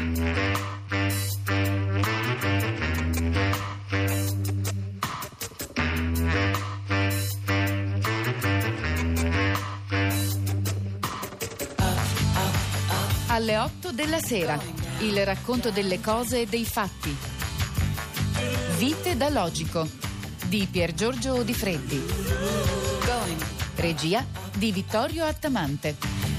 Alle 8 della sera, il racconto delle cose e dei fatti. Vite da logico, di Piergiorgio Di Freddi. Regia di Vittorio Attamante.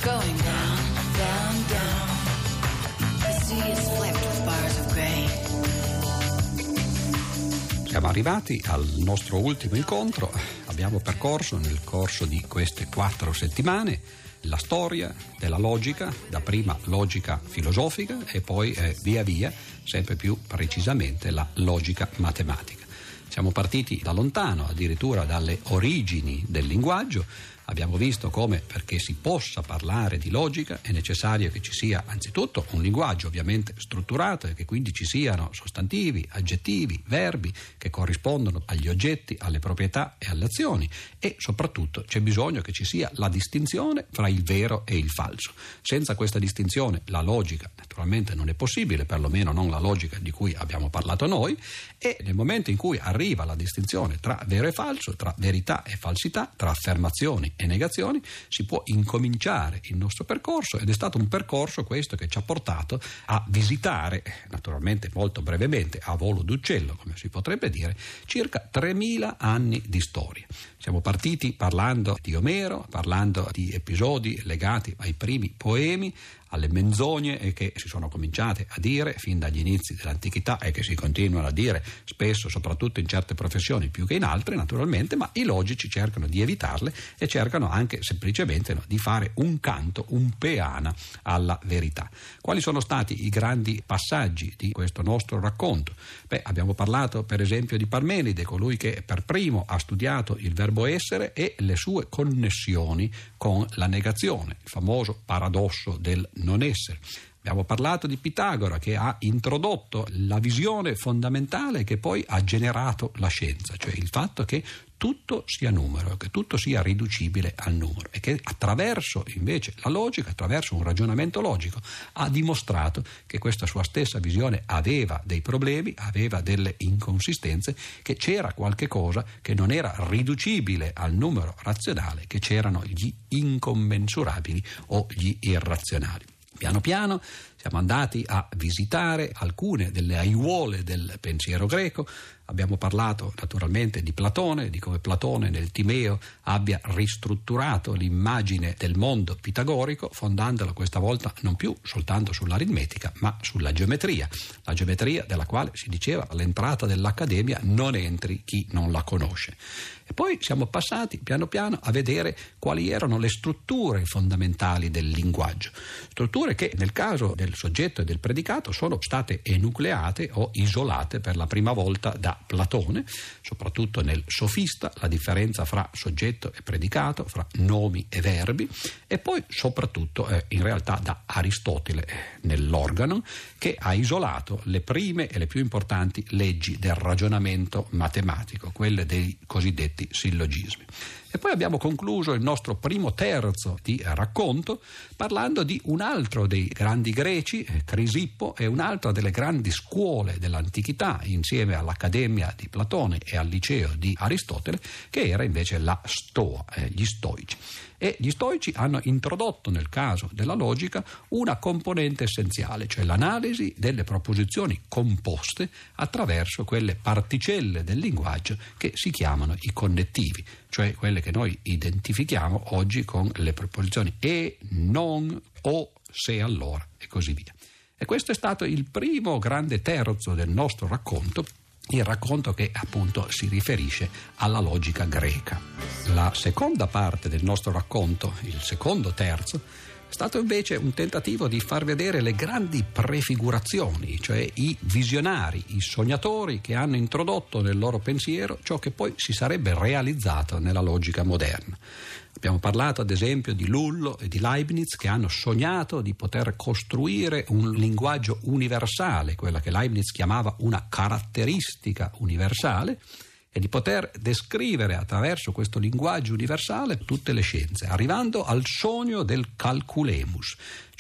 Siamo arrivati al nostro ultimo incontro. Abbiamo percorso nel corso di queste 4 settimane la storia della logica, dapprima logica filosofica e poi via via, sempre più precisamente, la logica matematica. Siamo partiti da lontano, addirittura dalle origini del linguaggio. Abbiamo visto come, perché si possa parlare di logica, è necessario che ci sia anzitutto un linguaggio ovviamente strutturato e che quindi ci siano sostantivi, aggettivi, verbi che corrispondono agli oggetti, alle proprietà e alle azioni, e soprattutto c'è bisogno che ci sia la distinzione fra il vero e il falso. Senza questa distinzione la logica naturalmente non è possibile, perlomeno non la logica di cui abbiamo parlato noi, e nel momento in cui arriva la distinzione tra vero e falso, tra verità e falsità, tra affermazioni e negazioni, si può incominciare il nostro percorso, ed è stato un percorso questo che ci ha portato a visitare, naturalmente molto brevemente, a volo d'uccello come si potrebbe dire, circa 3000 anni di storia. Siamo partiti parlando di Omero, parlando di episodi legati ai primi poemi, alle menzogne che si sono cominciate a dire fin dagli inizi dell'antichità e che si continuano a dire spesso, soprattutto in certe professioni più che in altre naturalmente, ma i logici cercano di evitarle e cercano anche semplicemente di fare un canto, un peana alla verità. Quali sono stati i grandi passaggi di questo nostro racconto? Abbiamo parlato per esempio di Parmenide, colui che per primo ha studiato il verbo essere e le sue connessioni con la negazione, il famoso paradosso del non essere. Abbiamo parlato di Pitagora, che ha introdotto la visione fondamentale che poi ha generato la scienza, cioè il fatto che tutto sia numero, che tutto sia riducibile al numero, e che attraverso invece la logica, attraverso un ragionamento logico, ha dimostrato che questa sua stessa visione aveva dei problemi, aveva delle inconsistenze, che c'era qualche cosa che non era riducibile al numero razionale, che c'erano gli incommensurabili o gli irrazionali. Piano piano siamo andati a visitare alcune delle aiuole del pensiero greco. Abbiamo parlato naturalmente di Platone, di come Platone nel Timeo abbia ristrutturato l'immagine del mondo pitagorico, fondandolo questa volta non più soltanto sull'aritmetica, ma sulla geometria. La geometria della quale si diceva all'entrata dell'Accademia non entri chi non la conosce. E poi siamo passati piano piano a vedere quali erano le strutture fondamentali del linguaggio. Strutture che nel caso del soggetto e del predicato sono state enucleate o isolate per la prima volta da Platone, soprattutto nel Sofista, la differenza fra soggetto e predicato, fra nomi e verbi, e poi soprattutto in realtà da Aristotele nell'Organon, che ha isolato le prime e le più importanti leggi del ragionamento matematico, quelle dei cosiddetti sillogismi. E poi abbiamo concluso il nostro primo terzo di racconto parlando di un altro dei grandi greci, Crisippo, e un'altra delle grandi scuole dell'antichità insieme all'Accademia di Platone e al liceo di Aristotele, che era invece la Stoa, gli Stoici. E gli Stoici hanno introdotto nel caso della logica una componente essenziale, cioè l'analisi delle proposizioni composte attraverso quelle particelle del linguaggio che si chiamano i connettivi, cioè quelle che noi identifichiamo oggi con le preposizioni e, non, o, se, allora e così via. E questo è stato il primo grande terzo del nostro racconto, il racconto che appunto si riferisce alla logica greca. La seconda parte del nostro racconto, il secondo terzo, è stato invece un tentativo di far vedere le grandi prefigurazioni, cioè i visionari, i sognatori che hanno introdotto nel loro pensiero ciò che poi si sarebbe realizzato nella logica moderna. Abbiamo parlato ad esempio di Lullo e di Leibniz, che hanno sognato di poter costruire un linguaggio universale, quella che Leibniz chiamava una caratteristica universale, e di poter descrivere attraverso questo linguaggio universale tutte le scienze, arrivando al sogno del calculemus,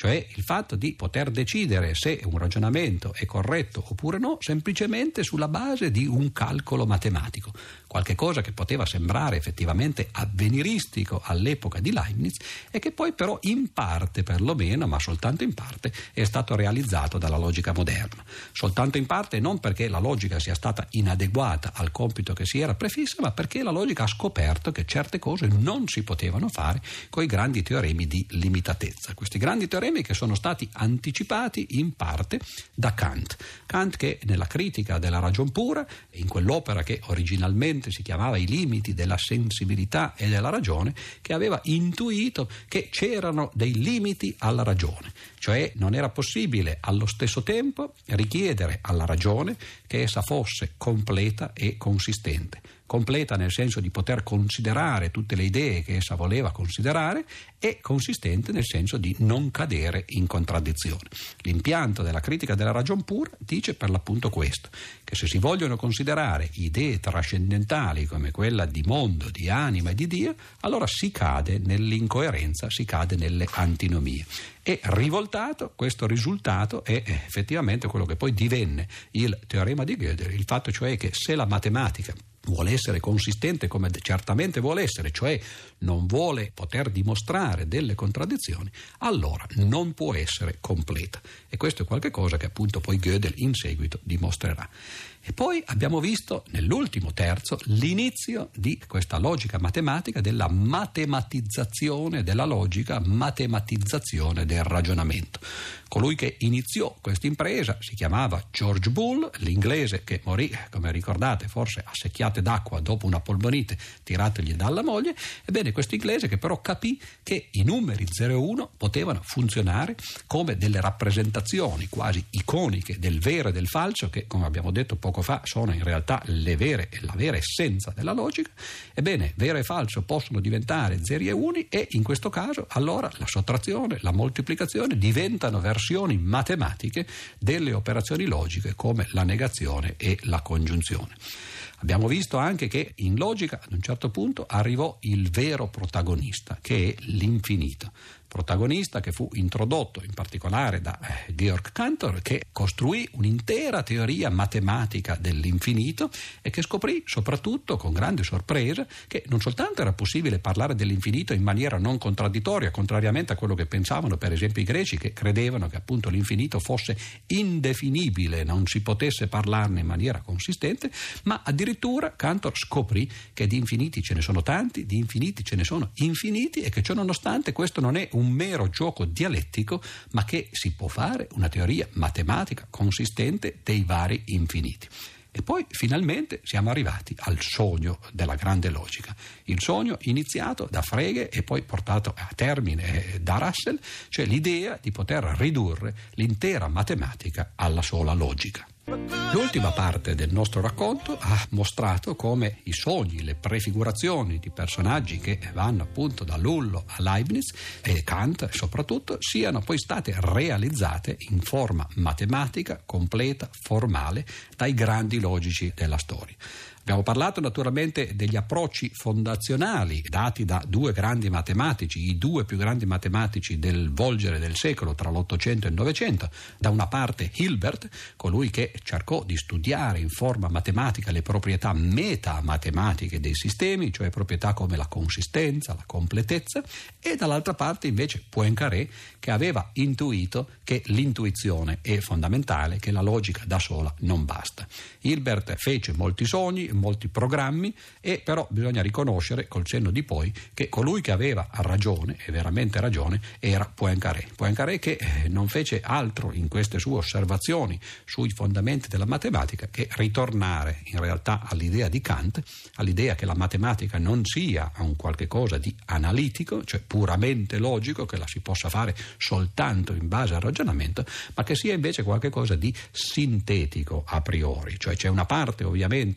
cioè il fatto di poter decidere se un ragionamento è corretto oppure no semplicemente sulla base di un calcolo matematico, qualche cosa che poteva sembrare effettivamente avveniristico all'epoca di Leibniz e che poi però in parte perlomeno, ma soltanto in parte, è stato realizzato dalla logica moderna. Soltanto in parte non perché la logica sia stata inadeguata al compito che si era prefissa, ma perché la logica ha scoperto che certe cose non si potevano fare con i grandi teoremi di limitatezza. Questi grandi teoremi che sono stati anticipati in parte da Kant. Kant che nella critica della ragion pura, in quell'opera che originalmente si chiamava I limiti della sensibilità e della ragione, che aveva intuito che c'erano dei limiti alla ragione, cioè non era possibile allo stesso tempo richiedere alla ragione che essa fosse completa e consistente. Completa nel senso di poter considerare tutte le idee che essa voleva considerare e consistente nel senso di non cadere in contraddizione. L'impianto della critica della ragion pura dice per l'appunto questo, che se si vogliono considerare idee trascendentali come quella di mondo, di anima e di Dio, allora si cade nell'incoerenza, si cade nelle antinomie. E rivoltato, questo risultato è effettivamente quello che poi divenne il teorema di Gödel, il fatto cioè che se la matematica vuole essere consistente come certamente vuole essere, cioè non vuole poter dimostrare delle contraddizioni, allora non può essere completa. E questo è qualche cosa che appunto poi Gödel in seguito dimostrerà. E poi abbiamo visto nell'ultimo terzo l'inizio di questa logica matematica della matematizzazione della logica, matematizzazione del ragionamento. Colui che iniziò questa impresa si chiamava George Boole, l'inglese che morì, come ricordate, forse a secchiate d'acqua dopo una polmonite tiratogli dalla moglie. Ebbene, questo inglese che però capì che i numeri 0 e 1 potevano funzionare come delle rappresentazioni quasi iconiche del vero e del falso, che come abbiamo detto poco fa sono in realtà la vera essenza della logica. Ebbene, vero e falso possono diventare 0 e 1 e in questo caso allora la sottrazione, la moltiplicazione diventano versioni matematiche delle operazioni logiche come la negazione e la congiunzione. Abbiamo visto anche che in logica ad un certo punto arrivò il vero protagonista, che è l'infinito. Protagonista che fu introdotto in particolare da Georg Cantor, che costruì un'intera teoria matematica dell'infinito e che scoprì soprattutto con grande sorpresa che non soltanto era possibile parlare dell'infinito in maniera non contraddittoria, contrariamente a quello che pensavano per esempio i greci, che credevano che appunto l'infinito fosse indefinibile, non si potesse parlarne in maniera consistente, ma addirittura Cantor scoprì che di infiniti ce ne sono tanti, di infiniti ce ne sono infiniti e che ciò nonostante questo non è un mero gioco dialettico, ma che si può fare una teoria matematica consistente dei vari infiniti. E poi finalmente siamo arrivati al sogno della grande logica, il sogno iniziato da Frege e poi portato a termine da Russell, cioè l'idea di poter ridurre l'intera matematica alla sola logica. L'ultima parte del nostro racconto ha mostrato come i sogni, le prefigurazioni di personaggi che vanno appunto da Lullo a Leibniz e Kant soprattutto siano poi state realizzate in forma matematica, completa, formale dai grandi logici della storia. Abbiamo parlato naturalmente degli approcci fondazionali dati da due grandi matematici, i due più grandi matematici del volgere del secolo tra l'Ottocento e il Novecento. Da una parte Hilbert, colui che cercò di studiare in forma matematica le proprietà metamatematiche dei sistemi, cioè proprietà come la consistenza, la completezza, e dall'altra parte invece Poincaré, che aveva intuito che l'intuizione è fondamentale, che la logica da sola non basta. Hilbert fece molti sogni, molti programmi, e però bisogna riconoscere col senno di poi che colui che aveva ragione, e veramente ragione, era Poincaré. Poincaré che non fece altro in queste sue osservazioni sui fondamenti della matematica che ritornare in realtà all'idea di Kant, all'idea che la matematica non sia un qualche cosa di analitico, cioè puramente logico, che la si possa fare soltanto in base al ragionamento, ma che sia invece qualche cosa di sintetico a priori, cioè c'è una parte ovviamente di ragionamento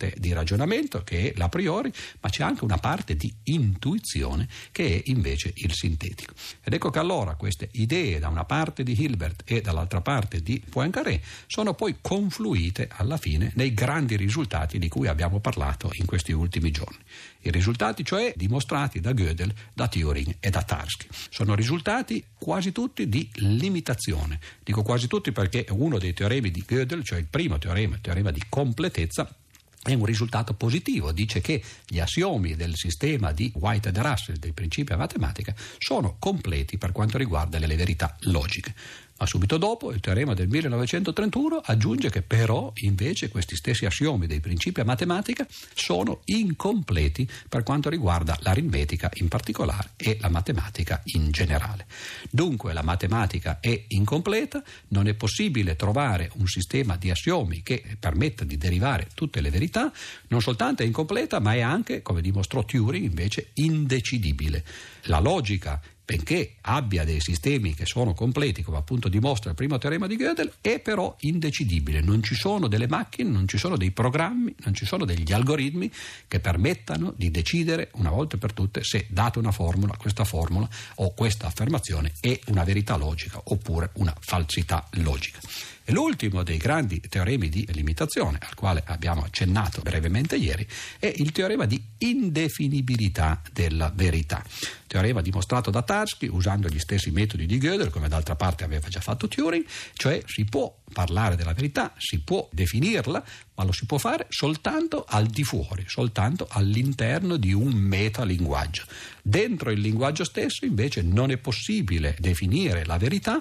ragionamento, che è l'a priori, ma c'è anche una parte di intuizione, che è invece il sintetico. Ed ecco che allora queste idee, da una parte di Hilbert e dall'altra parte di Poincaré, sono poi confluite alla fine nei grandi risultati di cui abbiamo parlato in questi ultimi giorni. I risultati, cioè, dimostrati da Gödel, da Turing e da Tarski. Sono risultati quasi tutti di limitazione. Dico quasi tutti perché uno dei teoremi di Gödel, cioè il primo teorema, il teorema di completezza, è un risultato positivo. Dice che gli assiomi del sistema di Whitehead e Russell, dei principi a matematica, sono completi per quanto riguarda le verità logiche. Ma subito dopo il teorema del 1931 aggiunge che però invece questi stessi assiomi dei principi a matematica sono incompleti per quanto riguarda l'aritmetica in particolare e la matematica in generale. Dunque la matematica è incompleta, non è possibile trovare un sistema di assiomi che permetta di derivare tutte le verità, non soltanto è incompleta, ma è anche, come dimostrò Turing, invece indecidibile. La logica, benché abbia dei sistemi che sono completi, come appunto dimostra il primo teorema di Gödel, è però indecidibile. Non ci sono delle macchine, non ci sono dei programmi, non ci sono degli algoritmi che permettano di decidere una volta per tutte se, data una formula, questa formula o questa affermazione è una verità logica oppure una falsità logica. E l'ultimo dei grandi teoremi di limitazione, al quale abbiamo accennato brevemente ieri, è il teorema di indefinibilità della verità. Teorema dimostrato da Tarski usando gli stessi metodi di Gödel, come d'altra parte aveva già fatto Turing, cioè si può parlare della verità, si può definirla, ma lo si può fare soltanto al di fuori, soltanto all'interno di un metalinguaggio. Dentro il linguaggio stesso invece non è possibile definire la verità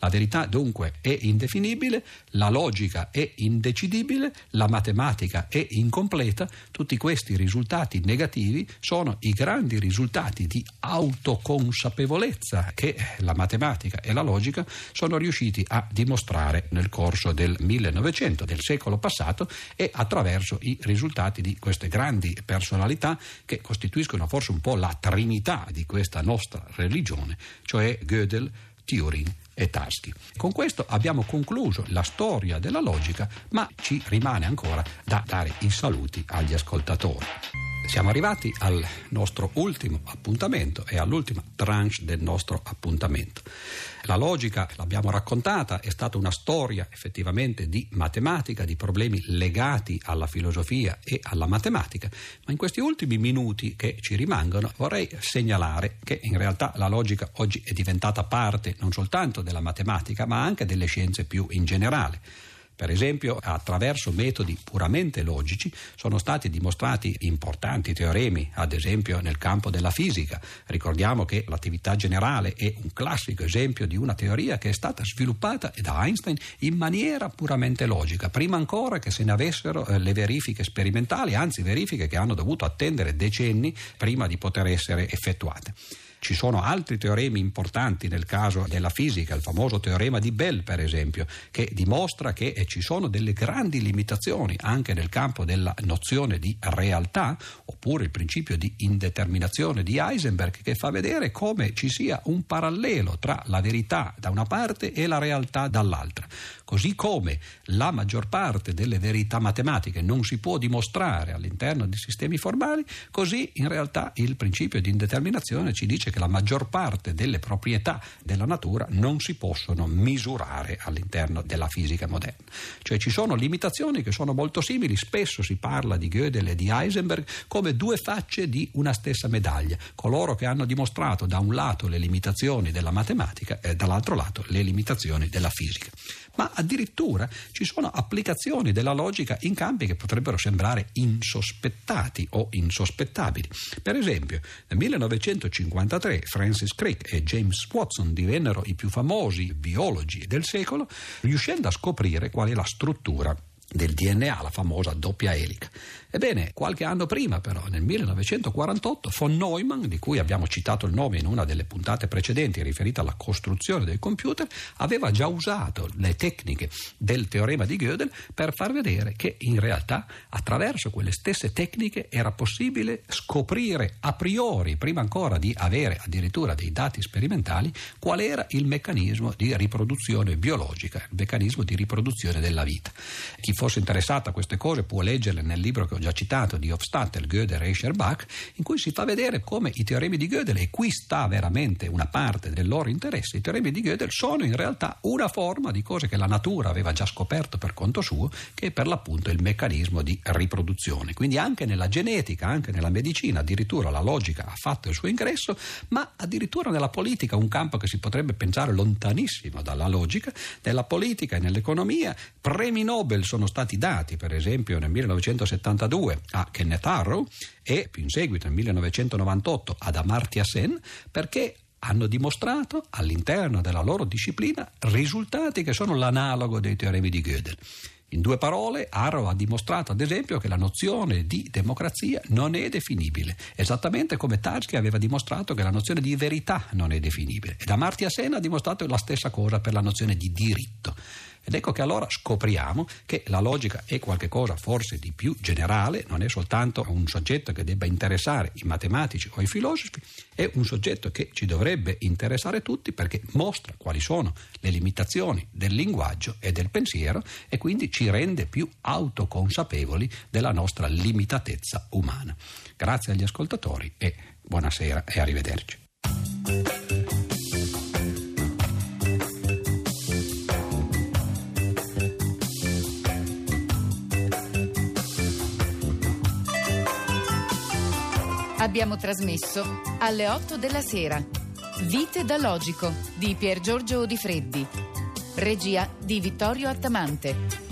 dunque è indefinibile, la logica è indecidibile, la matematica è incompleta. Tutti questi risultati negativi sono i grandi risultati di autoconsapevolezza che la matematica e la logica sono riusciti a dimostrare nel corso del 1900, del secolo passato, e attraverso i risultati di queste grandi personalità che costituiscono forse un po' la trinità di questa nostra religione, cioè Gödel, Turing e Tarski. Con questo abbiamo concluso la storia della logica, ma ci rimane ancora da dare i saluti agli ascoltatori. Siamo arrivati al nostro ultimo appuntamento e all'ultima tranche del nostro appuntamento. La logica, l'abbiamo raccontata, è stata una storia effettivamente di matematica, di problemi legati alla filosofia e alla matematica, ma in questi ultimi minuti che ci rimangono vorrei segnalare che in realtà la logica oggi è diventata parte non soltanto della matematica, ma anche delle scienze più in generale. Per esempio, attraverso metodi puramente logici sono stati dimostrati importanti teoremi, ad esempio nel campo della fisica. Ricordiamo che l'attività generale è un classico esempio di una teoria che è stata sviluppata da Einstein in maniera puramente logica, prima ancora che se ne avessero le verifiche sperimentali, anzi verifiche che hanno dovuto attendere decenni prima di poter essere effettuate. Ci sono altri teoremi importanti nel caso della fisica, il famoso teorema di Bell per esempio, che dimostra che ci sono delle grandi limitazioni anche nel campo della nozione di realtà, oppure il principio di indeterminazione di Heisenberg, che fa vedere come ci sia un parallelo tra la verità da una parte e la realtà dall'altra. Così come la maggior parte delle verità matematiche non si può dimostrare all'interno di sistemi formali, così in realtà il principio di indeterminazione ci dice che la maggior parte delle proprietà della natura non si possono misurare all'interno della fisica moderna. Cioè ci sono limitazioni che sono molto simili, spesso si parla di Gödel e di Heisenberg come due facce di una stessa medaglia, coloro che hanno dimostrato da un lato le limitazioni della matematica e dall'altro lato le limitazioni della fisica. Ma addirittura ci sono applicazioni della logica in campi che potrebbero sembrare insospettati o insospettabili. Per esempio, nel 1953 Francis Crick e James Watson divennero i più famosi biologi del secolo, riuscendo a scoprire qual è la struttura del DNA, la famosa doppia elica. Ebbene, qualche anno prima però, nel 1948, von Neumann, di cui abbiamo citato il nome in una delle puntate precedenti riferita alla costruzione del computer, aveva già usato le tecniche del teorema di Gödel per far vedere che in realtà attraverso quelle stesse tecniche era possibile scoprire a priori, prima ancora di avere addirittura dei dati sperimentali, qual era il meccanismo di riproduzione biologica, il meccanismo di riproduzione della vita. Chi fosse interessato a queste cose può leggerle nel libro che ho già citato di Hofstadter, Gödel, Reichenbach, in cui si fa vedere come i teoremi di Gödel, e qui sta veramente una parte del loro interesse, i teoremi di Gödel sono in realtà una forma di cose che la natura aveva già scoperto per conto suo, che è per l'appunto il meccanismo di riproduzione. Quindi anche nella genetica, anche nella medicina, addirittura la logica ha fatto il suo ingresso, ma addirittura nella politica, un campo che si potrebbe pensare lontanissimo dalla logica, nella politica e nell'economia premi Nobel sono stati dati, per esempio nel 1972 a Kenneth Arrow e più in seguito nel 1998 ad Amartya Sen, perché hanno dimostrato all'interno della loro disciplina risultati che sono l'analogo dei teoremi di Gödel. In due parole, Arrow ha dimostrato ad esempio che la nozione di democrazia non è definibile, esattamente come Tarski aveva dimostrato che la nozione di verità non è definibile, ed Amartya Sen ha dimostrato la stessa cosa per la nozione di diritto. Ed ecco che allora scopriamo che la logica è qualcosa forse di più generale, non è soltanto un soggetto che debba interessare i matematici o i filosofi, è un soggetto che ci dovrebbe interessare tutti, perché mostra quali sono le limitazioni del linguaggio e del pensiero e quindi ci rende più autoconsapevoli della nostra limitatezza umana. Grazie agli ascoltatori e buonasera e arrivederci. Abbiamo trasmesso alle 8 della sera Vite da Logico di Pier Giorgio Di Freddi, regia di Vittorio Attamante.